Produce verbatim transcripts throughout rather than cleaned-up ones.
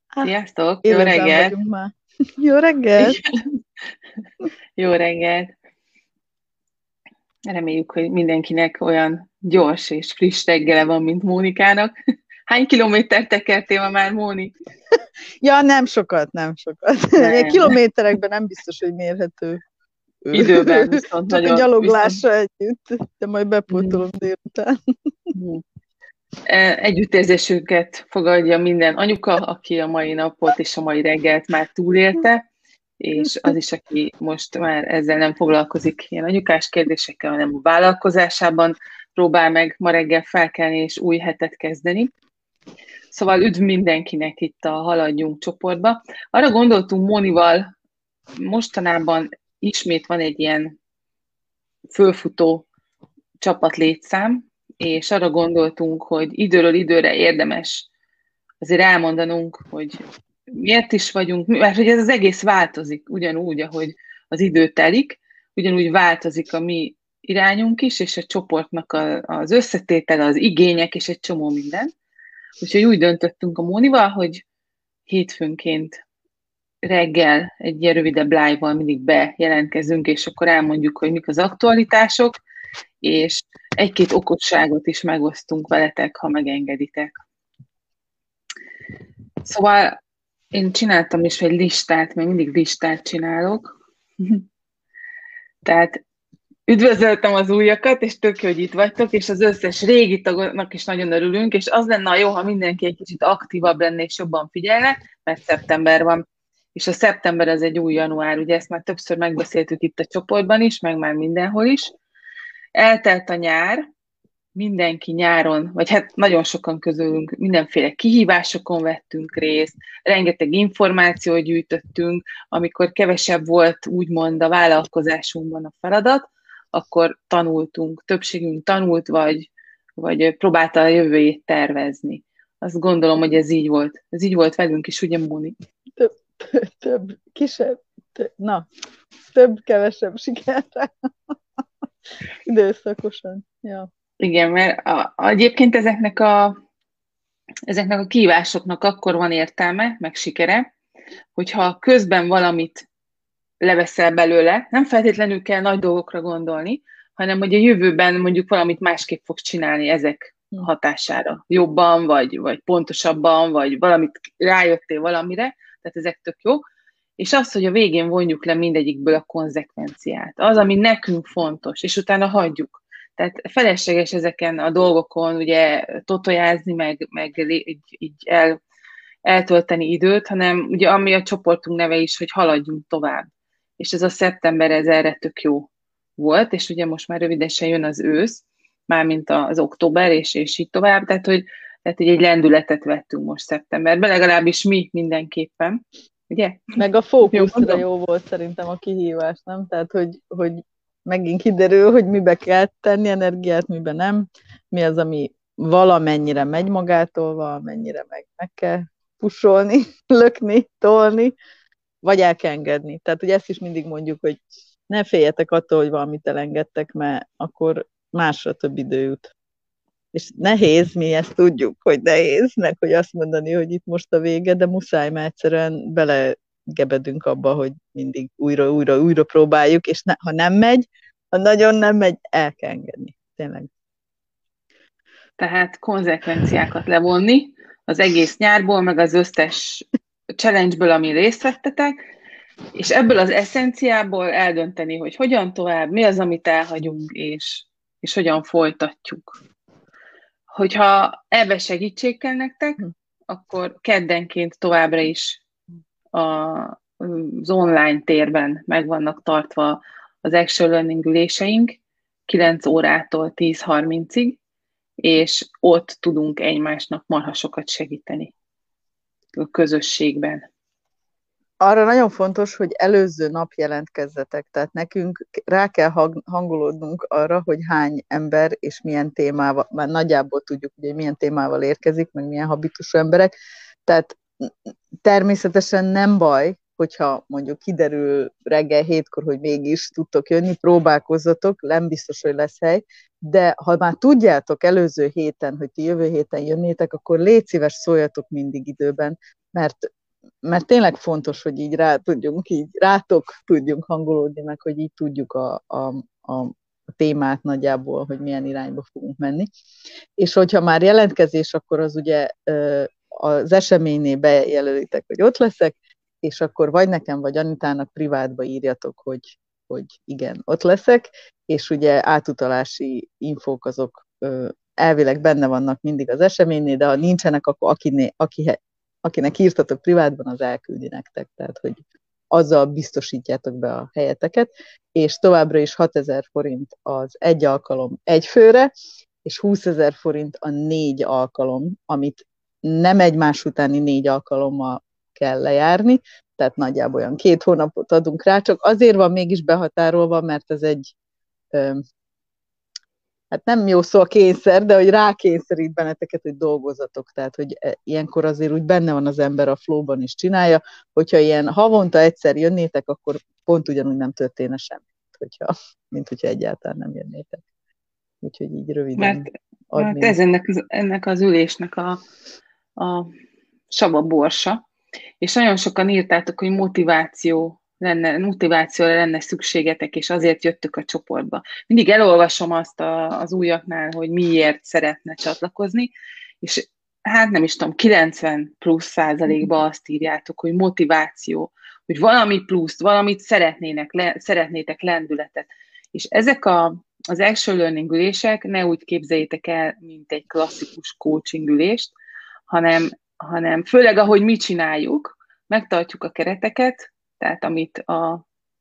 Ah, Sziasztok, jó élőben reggelt! vagyunk már. Jó reggel! Igen. Jó reggelt! Reméljük, hogy mindenkinek olyan gyors és friss reggele van, mint Mónikának. Hány kilométert tekertél ma már, Móni? Ja, nem sokat, nem sokat. Még Nem. kilométerekben nem biztos, hogy mérhető. Időben viszont Csak a nagyon, viszont gyaloglással együtt, de majd mm, bepótolom délután. mm. E, együttérzésünket fogadja minden anyuka, aki a mai napot és a mai reggelt már túlélte, és az is, aki most már ezzel nem foglalkozik ilyen anyukás kérdésekkel, hanem a vállalkozásában próbál meg ma reggel felkelni és új hetet kezdeni. Szóval üdv mindenkinek itt a Haladjunk csoportba. Arra gondoltunk Mónival, mostanában ismét van egy ilyen fölfutó csapatlétszám, és arra gondoltunk, hogy időről időre érdemes azért elmondanunk, hogy miért is vagyunk, mert hogy ez az egész változik, ugyanúgy, ahogy az idő telik, ugyanúgy változik a mi irányunk is, és a csoportnak a, az összetétele, az igények, és egy csomó minden. Úgyhogy úgy döntöttünk a Mónival, hogy hétfőnként reggel egy ilyen rövidebb live-val mindig bejelentkezünk, és akkor elmondjuk, hogy mik az aktualitások, és egy-két okosságot is megosztunk veletek, ha megengeditek. Szóval én csináltam is egy listát, mert mindig listát csinálok. Tehát üdvözöltem az újakat, és tök jó, hogy itt vagytok, és az összes régi tagoknak is nagyon örülünk, és az lenne jó, ha mindenki egy kicsit aktívabb lenne, és jobban figyelne, mert szeptember van. És a szeptember az egy új január, ugye ezt már többször megbeszéltük itt a csoportban is, meg már mindenhol is. Eltelt a nyár, mindenki nyáron, vagy hát nagyon sokan közülünk mindenféle kihívásokon vettünk részt, rengeteg információt gyűjtöttünk, amikor kevesebb volt úgymond a vállalkozásunkban a feladat, akkor tanultunk, többségünk tanult, vagy, vagy próbálta a jövőjét tervezni. Azt gondolom, hogy ez így volt. Ez így volt velünk is, ugye, Móni? Több, több kisebb, több, na, több, kevesebb sikerre. Időszakosan, ja. Igen, mert a, a, egyébként ezeknek a, ezeknek a kihívásoknak akkor van értelme, meg sikere, hogyha közben valamit leveszel belőle, nem feltétlenül kell nagy dolgokra gondolni, hanem hogy a jövőben mondjuk valamit másképp fogsz csinálni ezek hatására. Jobban, vagy, vagy pontosabban, vagy valamit rájöttél valamire, tehát ezek tök jó. És az, hogy a végén vonjuk le mindegyikből a konzekvenciát. Az, ami nekünk fontos, és utána hagyjuk. Tehát felesleges ezeken a dolgokon ugye totojázni, meg, meg így, így el, eltölteni időt, hanem ugye ami a csoportunk neve is, hogy haladjunk tovább. És ez a szeptember, ez erre tök jó volt, és ugye most már rövidesen jön az ősz, mármint az október, és, és így tovább, tehát hogy, tehát, hogy egy lendületet vettünk most szeptemberben, legalábbis mi mindenképpen, ugye? Meg a fókuszra jó, jó volt szerintem a kihívás, nem? Tehát, hogy, hogy megint kiderül, hogy mibe kell tenni energiát, mibe nem, mi az, ami valamennyire megy magától, valamennyire meg, meg kell pusolni, lökni, tolni, vagy el kell engedni. Tehát, hogy ezt is mindig mondjuk, hogy ne féljetek attól, hogy valamit elengedtek, mert akkor másra több idő jut. És nehéz, mi ezt tudjuk, hogy nehéz, meg hogy azt mondani, hogy itt most a vége, de muszáj, mert egyszerűen belegebedünk abba, hogy mindig újra, újra, újra próbáljuk, és ne, ha nem megy, ha nagyon nem megy, el kell engedni. Tényleg. Tehát konzekvenciákat levonni az egész nyárból, meg az összes challenge-ből, ami részt vettetek, és ebből az eszenciából eldönteni, hogy hogyan tovább, mi az, amit elhagyunk, és, és hogyan folytatjuk. Hogyha ebbe segítség kell nektek, akkor keddenként továbbra is a, az online térben meg vannak tartva az Action Learning üléseink kilenc órától tíz harmincig, és ott tudunk egymásnak marha sokat segíteni a közösségben. Arra nagyon fontos, hogy előző nap jelentkezzetek, tehát nekünk rá kell hangolódnunk arra, hogy hány ember és milyen témával, már nagyjából tudjuk, hogy milyen témával érkezik, meg milyen habitusú emberek, tehát természetesen nem baj, hogyha mondjuk kiderül reggel hétkor, hogy mégis tudtok jönni, próbálkozzatok, nem biztos, hogy lesz hely, de ha már tudjátok előző héten, hogy ti jövő héten jönnétek, akkor légy szíves, szóljatok mindig időben, mert mert tényleg fontos, hogy így rá tudjunk, így rátok tudjunk hangolódni, meg hogy így tudjuk a, a, a a témát nagyjából, hogy milyen irányba fogunk menni. És hogyha már jelentkezés, akkor az ugye az eseménynél bejelölitek, hogy ott leszek, és akkor vagy nekem, vagy Anitának privátba írjatok, hogy, hogy igen, ott leszek, és ugye átutalási infók azok elvileg benne vannak mindig az eseménynél, de ha nincsenek, akkor akiné, aki, akinek írtatok privátban, az elküldi nektek. Tehát, hogy azzal biztosítjátok be a helyeteket, és továbbra is hatezer forint az egy alkalom egy főre, és húszezer forint a négy alkalom, amit nem egymás utáni négy alkalommal kell lejárni, tehát nagyjából olyan két hónapot adunk rá, csak azért van mégis behatárolva, mert ez egy, hát nem jó szó a kényszer, de hogy rákényszerít benneteket, hogy dolgozzatok, tehát hogy ilyenkor azért úgy benne van az ember a flowban is csinálja, hogyha ilyen havonta egyszer jönnétek, akkor pont ugyanúgy nem történne semmi, hogyha, mint hogyha egyáltalán nem jönnétek. Úgyhogy így röviden. Mert, mert ez ennek az, ennek az ülésnek a, a sava borsa, és nagyon sokan írtátok, hogy motiváció lenne, motivációra lenne szükségetek, és azért jöttök a csoportba. Mindig elolvasom azt a, az újaknál, hogy miért szeretne csatlakozni, és hát nem is tudom, kilencven plusz százalékban azt írjátok, hogy motiváció, hogy valami pluszt, valamit szeretnének, le, szeretnétek lendületet. És ezek a, az action learning ülések ne úgy képzeljétek el, mint egy klasszikus coaching ülést, hanem, hanem főleg ahogy mi csináljuk, megtartjuk a kereteket, tehát amit a,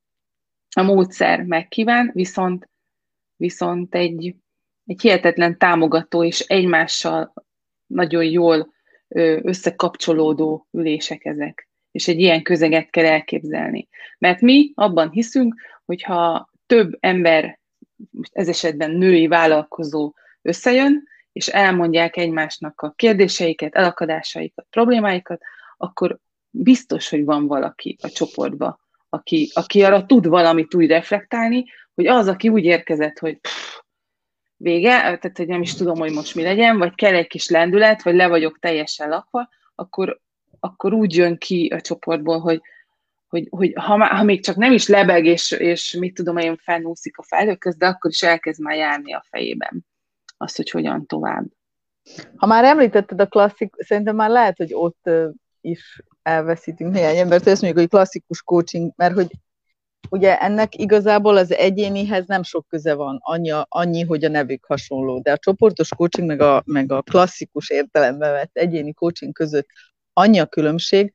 a módszer megkíván, viszont, viszont egy, egy hihetetlen támogató és egymással nagyon jól összekapcsolódó ülések ezek. És egy ilyen közeget kell elképzelni. Mert mi abban hiszünk, hogyha több ember, ez esetben női vállalkozó összejön, és elmondják egymásnak a kérdéseiket, elakadásaikat, problémáikat, akkor biztos, hogy van valaki a csoportba, aki, aki arra tud valamit úgy reflektálni, hogy az, aki úgy érkezett, hogy pff, vége, tehát hogy nem is tudom, hogy most mi legyen, vagy kell egy kis lendület, vagy le vagyok teljesen lakva, akkor, akkor úgy jön ki a csoportból, hogy, hogy, hogy ha, ha még csak nem is lebeg, és, és mit tudom, én fennúszik a felhők közt, de akkor is elkezd már járni a fejében azt, hogy hogyan tovább. Ha már említetted a klasszik, szerintem már lehet, hogy ott is elveszítünk néhány embert, ezt mondjuk, hogy klasszikus coaching, mert hogy ugye ennek igazából az egyénihez nem sok köze van, annyi, annyi hogy a nevük hasonló, de a csoportos coaching meg a, meg a klasszikus értelemben vett egyéni coaching között annyi a különbség,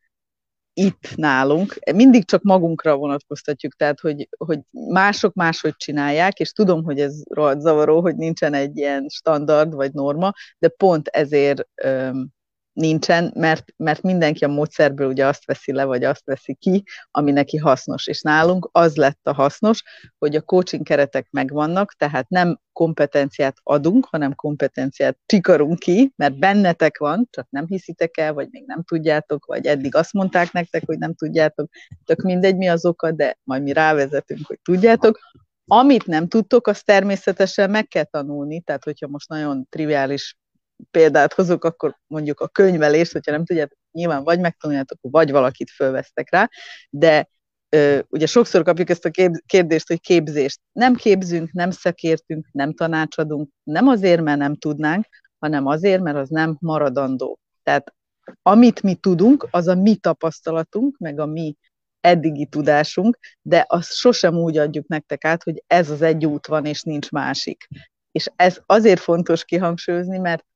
itt nálunk, mindig csak magunkra vonatkoztatjuk, tehát hogy, hogy mások máshogy csinálják, és tudom, hogy ez rohadt zavaró, hogy nincsen egy ilyen standard vagy norma, de pont ezért öm, nincsen, mert, mert mindenki a módszerből ugye azt veszi le, vagy azt veszi ki, ami neki hasznos. És nálunk az lett a hasznos, hogy a coaching keretek megvannak, tehát nem kompetenciát adunk, hanem kompetenciát csikarunk ki, mert bennetek van, csak nem hiszitek el, vagy még nem tudjátok, vagy eddig azt mondták nektek, hogy nem tudjátok, tök mindegy mi az oka, de majd mi rávezetünk, hogy tudjátok. Amit nem tudtok, azt természetesen meg kell tanulni, tehát hogyha most nagyon triviális példát hozok, akkor mondjuk a könyvelést, hogyha nem tudjátok, nyilván vagy megtanuljátok, vagy valakit fölvesztek rá, de ö, ugye sokszor kapjuk ezt a kérdést, hogy képzést. Nem képzünk, nem szakértünk, nem tanácsadunk, nem azért, mert nem tudnánk, hanem azért, mert az nem maradandó. Tehát amit mi tudunk, az a mi tapasztalatunk, meg a mi eddigi tudásunk, de azt sosem úgy adjuk nektek át, hogy ez az egy út van, és nincs másik. És ez azért fontos kihangsúlyozni, mert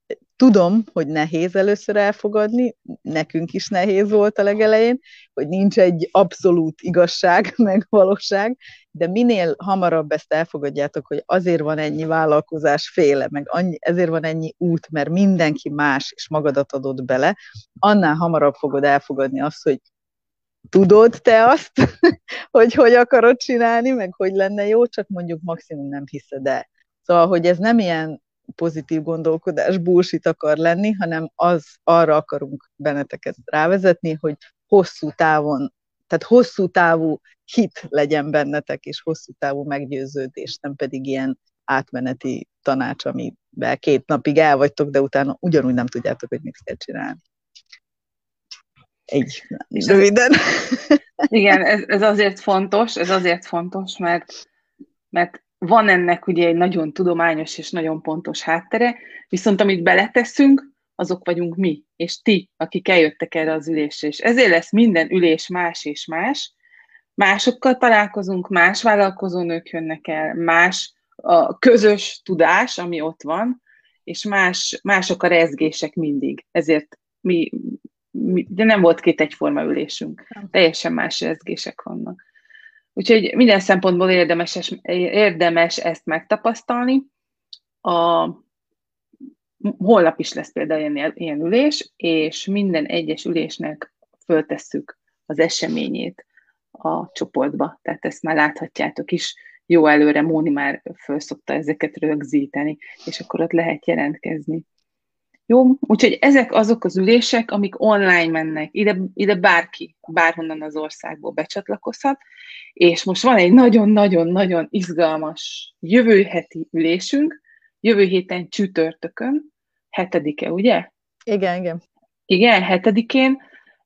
tudom, hogy nehéz először elfogadni, nekünk is nehéz volt a legelején, hogy nincs egy abszolút igazság, meg valóság, de minél hamarabb ezt elfogadjátok, hogy azért van ennyi vállalkozás féle, meg annyi, ezért van ennyi út, mert mindenki más és magadat adod bele, annál hamarabb fogod elfogadni azt, hogy tudod te azt, hogy hogy akarod csinálni, meg hogy lenne jó, csak mondjuk maximum nem hiszed el. Szóval, hogy ez nem ilyen pozitív gondolkodás, bullshit akar lenni, hanem az arra akarunk benneteket rávezetni, hogy hosszú távon, tehát hosszú távú hit legyen bennetek, és hosszú távú meggyőződés, nem pedig ilyen átmeneti tanács, amiben két napig el vagytok, de utána ugyanúgy nem tudjátok, hogy mit kell csinálni. Így És röviden. Ez, igen, ez, ez azért fontos, ez azért fontos, mert, mert van ennek ugye egy nagyon tudományos és nagyon pontos háttere, viszont amit beleteszünk, azok vagyunk mi, és ti, akik eljöttek erre az ülésre. És ezért lesz minden ülés más és más. Másokkal találkozunk, más vállalkozónők jönnek el, más a közös tudás, ami ott van, és más, mások a rezgések mindig. Ezért mi, mi, de nem volt két egyforma ülésünk. Teljesen más rezgések vannak. Úgyhogy minden szempontból érdemes, érdemes ezt megtapasztalni. A, holnap is lesz például ilyen, ilyen ülés, és minden egyes ülésnek föltesszük az eseményét a csoportba. Tehát ezt már láthatjátok is. Jó előre Móni már föl szokta ezeket rögzíteni, és akkor ott lehet jelentkezni. Jó, úgyhogy ezek azok az ülések, amik online mennek. Ide, ide bárki, bárhonnan az országból becsatlakozhat, és most van egy nagyon-nagyon-nagyon izgalmas jövő heti ülésünk, jövő héten csütörtökön, hetedike, ugye? Igen, igen. Igen, hetedikén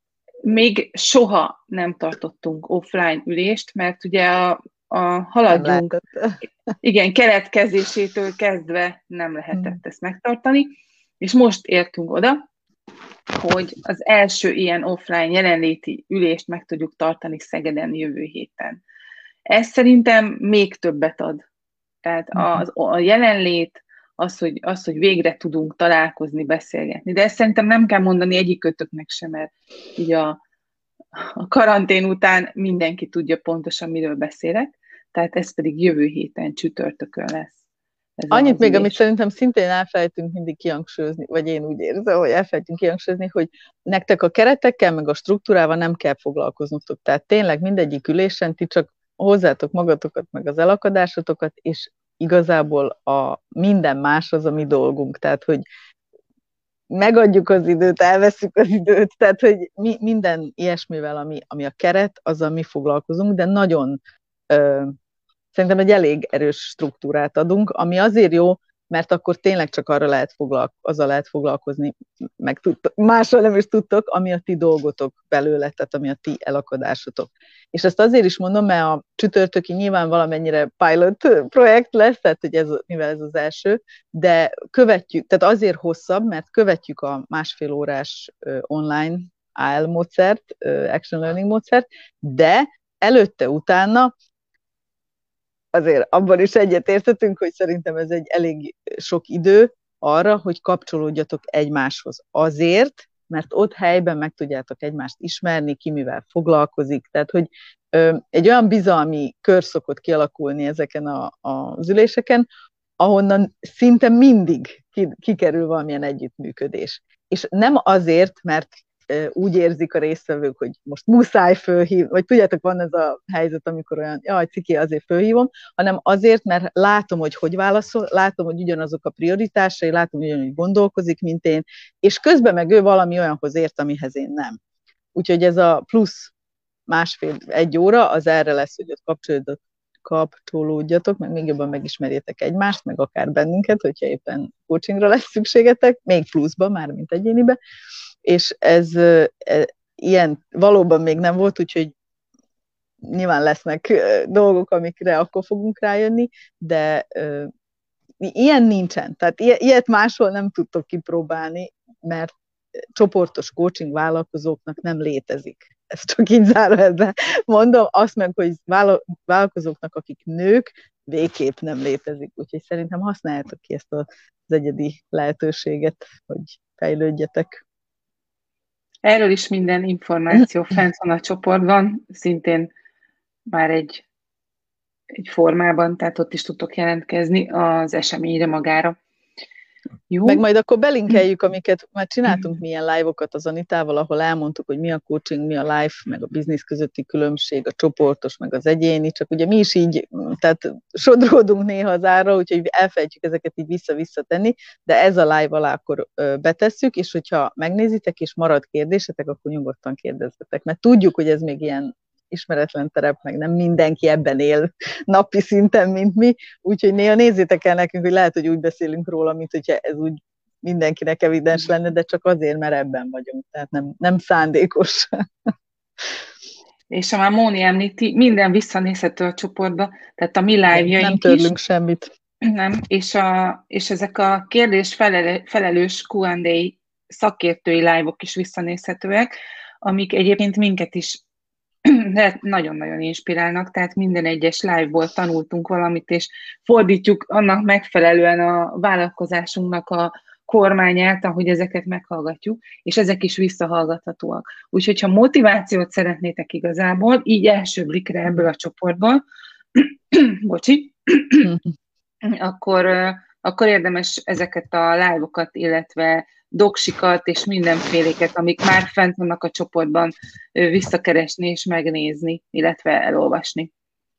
még soha nem tartottunk offline ülést, mert ugye a, a haladjunk, igen, keletkezésétől kezdve nem lehetett ezt megtartani, és most értünk oda, hogy az első ilyen offline jelenléti ülést meg tudjuk tartani Szegeden jövő héten. Ez szerintem még többet ad. Tehát az, a jelenlét, az hogy, az, hogy végre tudunk találkozni, beszélgetni. De ezt szerintem nem kell mondani egyikőtöknek sem, mert így a, a karantén után mindenki tudja pontosan, miről beszélek. Tehát ez pedig jövő héten csütörtökön lesz. Ez Annyit még, amit szerintem szintén elfelejtünk mindig kihangsúlyozni, vagy én úgy érzem, hogy elfelejtünk kihangsúlyozni, hogy nektek a keretekkel, meg a struktúrával nem kell foglalkoznotok. Tehát tényleg mindegyik ülésen ti csak hozzátok magatokat, meg az elakadásotokat, és igazából a minden más az a mi dolgunk. Tehát, hogy megadjuk az időt, elveszük az időt, tehát, hogy mi, minden ilyesmivel, ami, ami a keret, azzal mi foglalkozunk, de nagyon ö, szerintem egy elég erős struktúrát adunk, ami azért jó, mert akkor tényleg csak arra lehet foglalkozni, azzal lehet foglalkozni, meg tudtok, mással nem is tudtok, ami a ti dolgotok belőle, tehát ami a ti elakadásotok. És ezt azért is mondom, mert a csütörtöki nyilván valamennyire pilot projekt lesz, tehát hogy ez, mivel ez az első, de követjük, tehát azért hosszabb, mert követjük a másfél órás online á el módszert, Action Learning módszert, de előtte-utána azért abban is egyetértettünk, hogy szerintem ez egy elég sok idő arra, hogy kapcsolódjatok egymáshoz. Azért, mert ott helyben meg tudjátok egymást ismerni, ki mivel foglalkozik. Tehát, hogy ö, egy olyan bizalmi kör szokott kialakulni ezeken a, a, az üléseken, ahonnan szinte mindig ki, kikerül valamilyen együttműködés. És nem azért, mert úgy érzik a résztvevők, hogy most muszáj fölhív, vagy tudjátok, van ez a helyzet, amikor olyan, jaj, ciki, azért fölhívom, hanem azért, mert látom, hogy hogy válaszol, látom, hogy ugyanazok a prioritásai, látom, hogy ugyanúgy gondolkozik, mint én, és közben meg ő valami olyanhoz ért, amihez én nem. Úgyhogy ez a plusz másfél, egy óra, az erre lesz, hogy ott kapcsolódjatok, kapcsolódjatok, meg még jobban megismerjétek egymást, meg akár bennünket, hogyha éppen coachingra lesz szükségetek, még pluszba, már mint egyénibe, és ez e, ilyen valóban még nem volt, úgyhogy nyilván lesznek dolgok, amikre akkor fogunk rájönni, de e, ilyen nincsen. Tehát ilyet máshol nem tudtok kipróbálni, mert csoportos coaching vállalkozóknak nem létezik. Ezt csak így zárójelben mondom, azt meg, hogy vállalkozóknak, akik nők, végképp nem létezik. Úgyhogy szerintem használjátok ki ezt az egyedi lehetőséget, hogy fejlődjetek. Erről is minden információ fent van a csoportban, szintén már egy, egy formában, tehát ott is tudtok jelentkezni az eseményre magára. Jó. Meg majd akkor belinkeljük, amiket már csináltunk milyen live-okat az Anitával, ahol elmondtuk, hogy mi a coaching, mi a life, meg a biznisz közötti különbség, a csoportos, meg az egyéni, csak ugye mi is így, tehát sodródunk néha az ára, úgyhogy elfelejtjük ezeket így vissza-vissza tenni, de ez a live alá akkor betesszük, és hogyha megnézitek, és marad kérdésetek, akkor nyugodtan kérdezzetek, mert tudjuk, hogy ez még ilyen ismeretlen terep, meg nem mindenki ebben él napi szinten, mint mi, úgyhogy néha nézzétek el nekünk, hogy lehet, hogy úgy beszélünk róla, mint hogyha ez úgy mindenkinek evidens lenne, de csak azért, mert ebben vagyunk, tehát nem, nem szándékos. És ha már Móni említi, minden visszanézhető a csoportba, tehát a mi live-jaink nem törlünk is, semmit. Nem, és, a, és ezek a kérdés felelő, felelős kú és á szakértői live-ok is visszanézhetőek, amik egyébként minket is nagyon-nagyon inspirálnak, tehát minden egyes live-ból tanultunk valamit, és fordítjuk annak megfelelően a vállalkozásunknak a kormányát, ahogy ezeket meghallgatjuk, és ezek is visszahallgathatóak. Úgyhogy, ha motivációt szeretnétek igazából, így első blikre ebből a csoportból, bocsi, akkor, akkor érdemes ezeket a live-okat, illetve doksikat és mindenféléket, amik már fent vannak a csoportban, visszakeresni és megnézni, illetve elolvasni.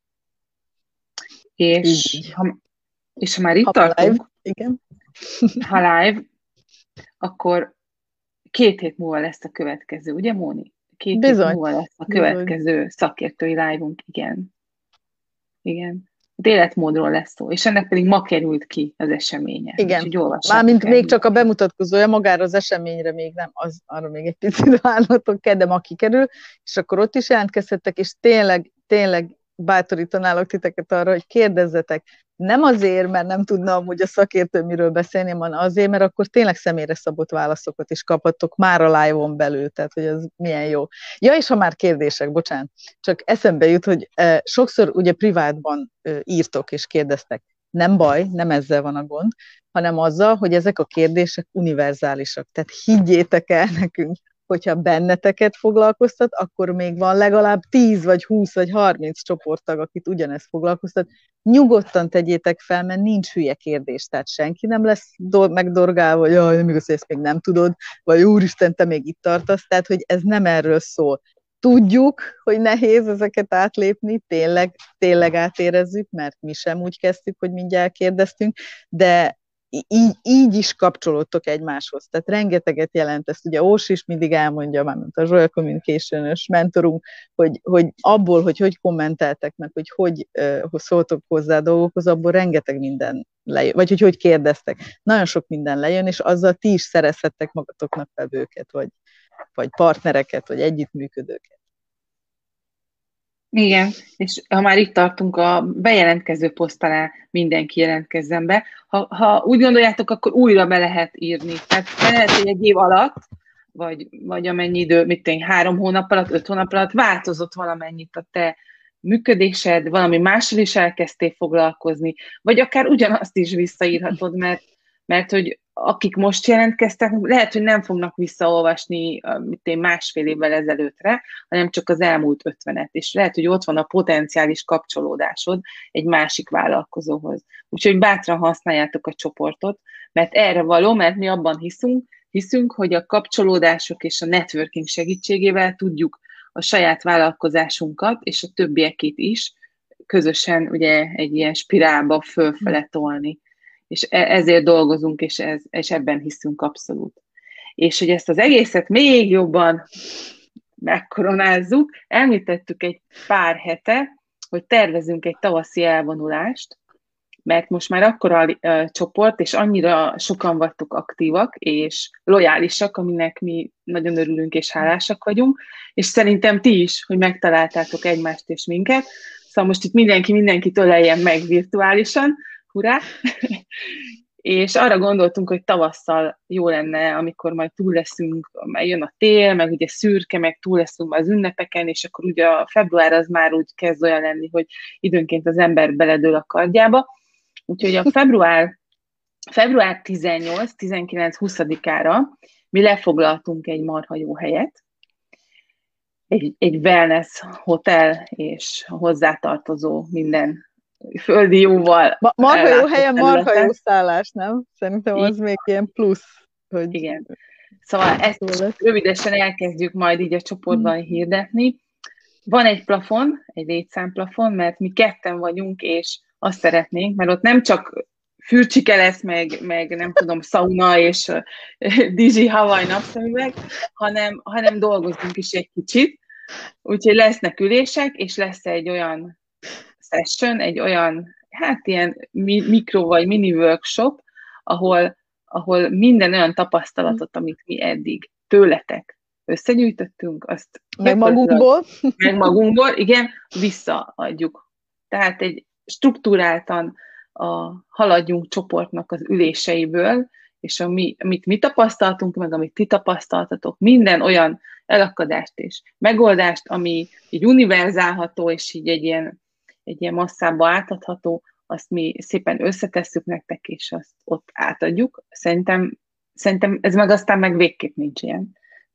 És ha, és ha már itt ha tartunk, live, igen. ha live, akkor két hét múlva lesz a következő, ugye Móni? Két Bizony. hét múlva lesz a következő Bizony. szakértői live-unk, igen. Igen. Életmódról lesz szó, és ennek pedig ma került ki az eseménye. Igen, mármint még csak a bemutatkozója, magára az eseményre még nem, az, arra még egy picit várhatok kell, de ma kikerül, és akkor ott is jelentkezhettek, és tényleg, tényleg bátorítanálok titeket arra, hogy kérdezzetek. Nem azért, mert nem tudna amúgy a szakértő miről beszélni, hanem azért, mert akkor tényleg személyre szabott válaszokat is kaphattok már a live-on belül, tehát hogy ez milyen jó. Ja, és ha már kérdések, bocsánat, csak eszembe jut, hogy eh, sokszor ugye privátban eh, írtok és kérdeztek. Nem baj, nem ezzel van a gond, hanem azzal, hogy ezek a kérdések univerzálisak. Tehát higgyétek el nekünk, hogyha benneteket foglalkoztat, akkor még van legalább tíz, vagy húsz, vagy harminc csoporttag, akit ugyanezt foglalkoztat. Nyugodtan tegyétek fel, mert nincs hülye kérdés, tehát senki nem lesz do- megdorgálva, hogy jaj, nem igaz, hogy ezt még nem tudod, vagy úristen, te még itt tartasz, tehát hogy ez nem erről szól. Tudjuk, hogy nehéz ezeket átlépni, tényleg, tényleg átérezzük, mert mi sem úgy kezdtük, hogy mindjárt kérdeztünk, de Így, így is kapcsolódtok egymáshoz. Tehát rengeteget jelent ezt. Ugye Ós is mindig elmondja, mármint a Royal Communication-ös mentorunk, hogy, hogy abból, hogy hogy kommenteltek meg, hogy hogy uh, szóltok hozzá a dolgokhoz, abból rengeteg minden lejön, vagy hogy hogy kérdeztek. Nagyon sok minden lejön, és azzal ti is szerezhettek magatoknak vevőket, vagy, vagy partnereket, vagy együttműködőket. Igen, és ha már itt tartunk, a bejelentkező poszt alá mindenki jelentkezzen be. Ha, ha úgy gondoljátok, akkor újra be lehet írni. Tehát lehet, hogy egy év alatt, vagy, vagy amennyi idő, mit tenni, három hónap alatt, öt hónap alatt változott valamennyit a te működésed, valami mással is elkezdtél foglalkozni, vagy akár ugyanazt is visszaírhatod, mert, mert hogy akik most jelentkeztek, lehet, hogy nem fognak visszaolvasni mit én, másfél évvel ezelőttre, hanem csak az elmúlt ötvenet, és lehet, hogy ott van a potenciális kapcsolódásod egy másik vállalkozóhoz. Úgyhogy bátran használjátok a csoportot, mert erre való, mert mi abban hiszünk, hiszünk, hogy a kapcsolódások és a networking segítségével tudjuk a saját vállalkozásunkat és a többiekét is közösen ugye egy ilyen spirálba fölfele tolni. És ezért dolgozunk, és, ez, és ebben hiszünk abszolút. És hogy ezt az egészet még jobban megkoronázzuk, említettük egy pár hete, hogy tervezünk egy tavaszi elvonulást, mert most már akkora a csoport, és annyira sokan vagytok aktívak, és lojálisak, aminek mi nagyon örülünk és hálásak vagyunk, és szerintem ti is, hogy megtaláltátok egymást és minket. Szóval most itt mindenki mindenkit öleljen meg virtuálisan, hurrá! És arra gondoltunk, hogy tavasszal jó lenne, amikor majd túl leszünk, már jön a tél, meg ugye szürke, meg túl leszünk az ünnepeken, és akkor ugye a február az már úgy kezd olyan lenni, hogy időnként az ember beledől a kardjába. Úgyhogy a február, február tizennyolc tizenkilenc huszadikára mi lefoglaltunk egy marha jó helyet, egy, egy wellness hotel és hozzátartozó minden földi jóval. Ma, marha jó helyen, marha jó szállás, nem? Szerintem az így, még ilyen plusz. Hogy... Igen. Szóval ezt rövidesen elkezdjük majd így a csoportban hmm. hirdetni. Van egy plafon, egy létszámplafon, mert mi ketten vagyunk, és azt szeretnénk, mert ott nem csak fürcsike lesz, meg, meg nem tudom, szauna és uh, Dizsi Hawaii napszemüveg, hanem, hanem dolgozunk is egy kicsit. Úgyhogy lesznek ülések, és lesz egy olyan session, egy olyan, hát ilyen mikro vagy mini workshop, ahol, ahol minden olyan tapasztalatot, amit mi eddig tőletek összegyűjtöttünk, azt meg magunkból, meg magunkból, igen, visszaadjuk. Tehát egy struktúráltan a haladjunk csoportnak az üléseiből, és ami, amit mi tapasztaltunk, meg amit ti tapasztaltatok, minden olyan elakadást és megoldást, ami így univerzálható, és így egy ilyen, egy ilyen masszába átadható, azt mi szépen összetesszük nektek, és azt ott átadjuk. Szerintem, szerintem ez meg aztán meg végképp nincs ilyen.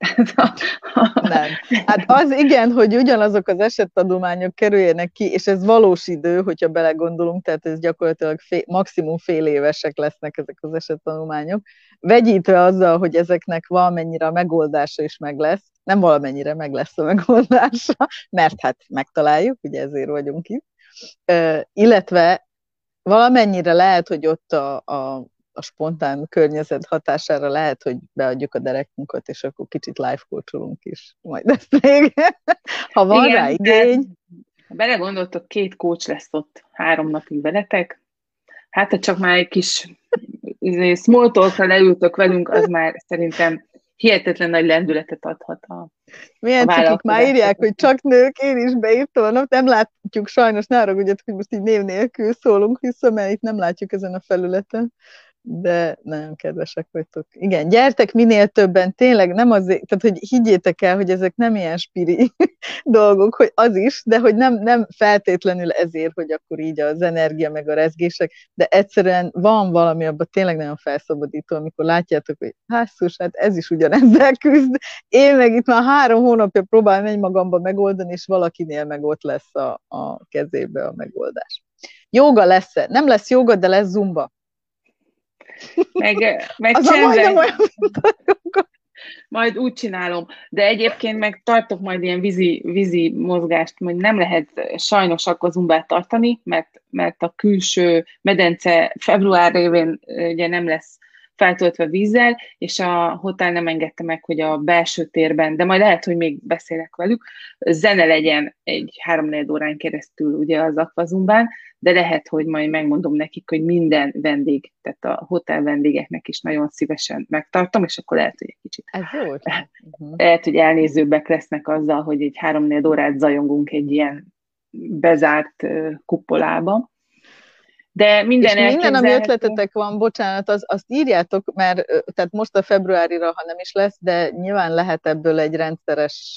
Nem. Hát az igen, hogy ugyanazok az esettanulmányok kerüljenek ki, és ez valós idő, hogyha belegondolunk, tehát ez gyakorlatilag fél, maximum fél évesek lesznek ezek az esettanulmányok, vegyítve azzal, hogy ezeknek valamennyire a megoldása is meg lesz, nem valamennyire meg lesz a megoldása, mert hát megtaláljuk, ugye ezért vagyunk itt, uh, illetve valamennyire lehet, hogy ott a, a a spontán környezet hatására lehet, hogy beadjuk a derekunkat, és akkor kicsit life coacholunk is. Majd ezt még, ha van igen, rá igény. Ha belegondoltok, két coach lesz ott három napig veletek, hát ha csak már egy kis small talk-ra leültök velünk, az már szerintem hihetetlen nagy lendületet adhat a milyen cikik már írják, hogy csak nők, én is beírtam, nem látjuk sajnos, ne haragudjatok, hogy most így név nélkül szólunk vissza, mert itt nem látjuk ezen a felületen. De nagyon kedvesek vagytok. Igen, gyertek minél többen, tényleg nem azért, tehát hogy higgyétek el, hogy ezek nem ilyen spiri dolgok, hogy az is, de hogy nem, nem feltétlenül ezért, hogy akkor így az energia meg a rezgések, de egyszerűen van valami abban tényleg nagyon felszabadító, amikor látjátok, hogy hásszus, hát ez is ugyanezzel küzd. Én meg itt már három hónapja próbálom egy magamba megoldani, és valakinél meg ott lesz a, a kezébe a megoldás. Jóga lesz-e? Nem lesz jóga, de lesz zumba. Meg, meg az csendben, olyan, majd úgy csinálom, de egyébként meg tartok majd ilyen vízi, vízi mozgást, majd nem lehet sajnos akkor zumbát tartani, mert, mert a külső medence február révén ugye nem lesz feltöltve vízzel, és a hotel nem engedte meg, hogy a belső térben, de majd lehet, hogy még beszélek velük, zene legyen egy három-négy órán keresztül ugye az akvazumbán, de lehet, hogy majd megmondom nekik, hogy minden vendég, tehát a hotel vendégeknek is nagyon szívesen megtartom, és akkor lehet, hogy egy kicsit ez jó. Uh-huh. lehet, hogy elnézőbbek lesznek azzal, hogy egy három-négy órát zajongunk egy ilyen bezárt kupolába. De minden és minden, ami ötletetek van, bocsánat, az, azt írjátok, mert tehát most a februárira, ha nem is lesz, de nyilván lehet ebből egy rendszeres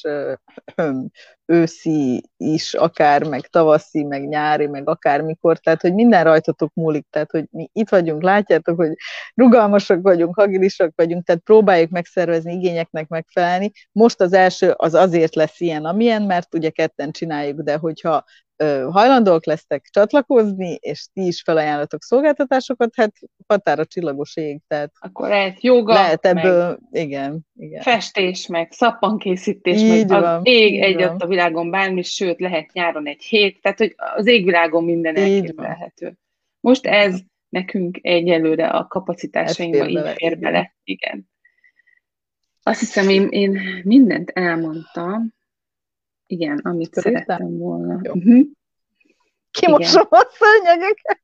őszi is, akár meg tavaszi, meg nyári, meg akármikor, tehát hogy minden rajtatok múlik, tehát hogy mi itt vagyunk, látjátok, hogy rugalmasak vagyunk, agilisak vagyunk, tehát próbáljuk megszervezni, igényeknek megfelelni. Most az első az azért lesz ilyen, amilyen, mert ugye ketten csináljuk, de hogyha hajlandóak lesztek csatlakozni, és ti is felajánlatok szolgáltatásokat, hát határa csillagos ég, tehát akkor lehet joga, lehet ebből, igen, igen. festés, meg szappankészítés, így meg van, az ég egyet a világon bármi, sőt, lehet nyáron egy hét, tehát hogy az égvilágon minden elképzelhető. Most ez nekünk egyelőre a kapacitásainkban így fér bele. Igen. Azt hiszem, én, én mindent elmondtam, igen, amit Körültem? szerettem volna. Uh-huh. Kimosom a szőnyegeket.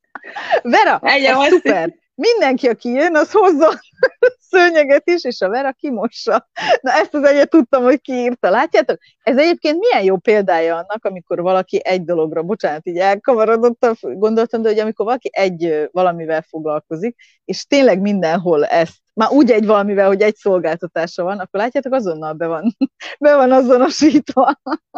Vera, ez szuper. Mindenki, aki jön, az hozza szőnyeget is, és a Vera kimossa. Na ezt az egyet tudtam, hogy kiírta. Látjátok? Ez egyébként milyen jó példája annak, amikor valaki egy dologra, bocsánat, így elkavarodott, gondoltam, de hogy amikor valaki egy valamivel foglalkozik, és tényleg mindenhol ezt, már úgy egy valamivel, hogy egy szolgáltatása van, akkor látjátok, azonnal be van, be van azonosítva.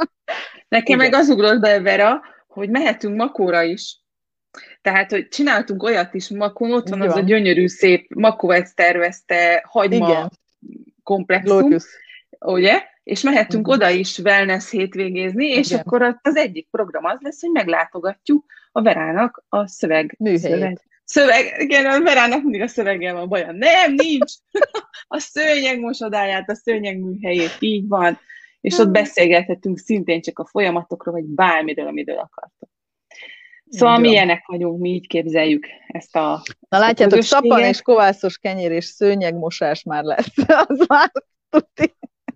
Nekem igen. Meg az ugrott be, Vera, hogy mehetünk Makóra is. Tehát, hogy csináltunk olyat is Makón, ott van, van az a gyönyörű szép, Makó ezt tervezte, hagyma igen. komplexum, Lotus. Ugye? És mehetünk uh-huh. oda is wellness hétvégézni, és igen. akkor az egyik program az lesz, hogy meglátogatjuk a Verának a szöveg. Műhelyét. Szöveg, igen, a Verának mindig a szöveggel van baja. Nem, nincs! A szőnyeg mosodáját, a szőnyeg műhelyét, így van. És ott beszélgethetünk szintén csak a folyamatokról, vagy bármiről, amiről akartok. Szóval mi ilyenek vagyunk, mi így képzeljük ezt a Na látjátok, szappan és kovászos kenyér és szőnyegmosás már lesz. Az már tudni.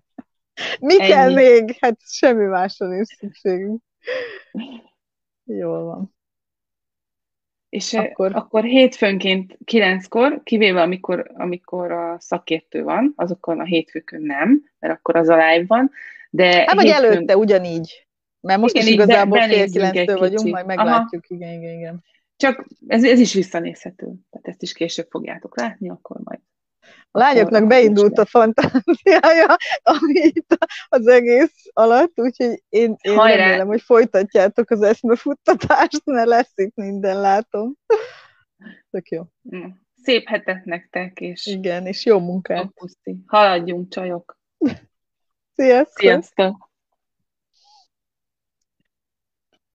Mi Ennyi. kell még? Hát semmi másra nincs szükségünk. Jól van. És Akkor, akkor hétfőnként kilenckor, kivéve amikor, amikor a szakértő van, azokon a hétfőkön nem, mert akkor az a live van, de hát vagy hétfőn, előtte ugyanígy. Mert most igen, is így be, igazából fél benézzünk egy kilenctől vagyunk, kicsit. majd Aha, meglátjuk. Igen, igen, igen. csak ez, ez is visszanézhető. Tehát ezt is később fogjátok látni, akkor majd. A lányoknak akkor, beindult a fantáziája amit az egész alatt, úgyhogy én, én Hajrá! remélem, hogy folytatjátok az eszmefuttatást, mert lesz itt minden, látom. Tök jó. Szép hetet nektek, és igen, és jó munkát. Haladjunk, csajok! Sziasztok! Sziasztok!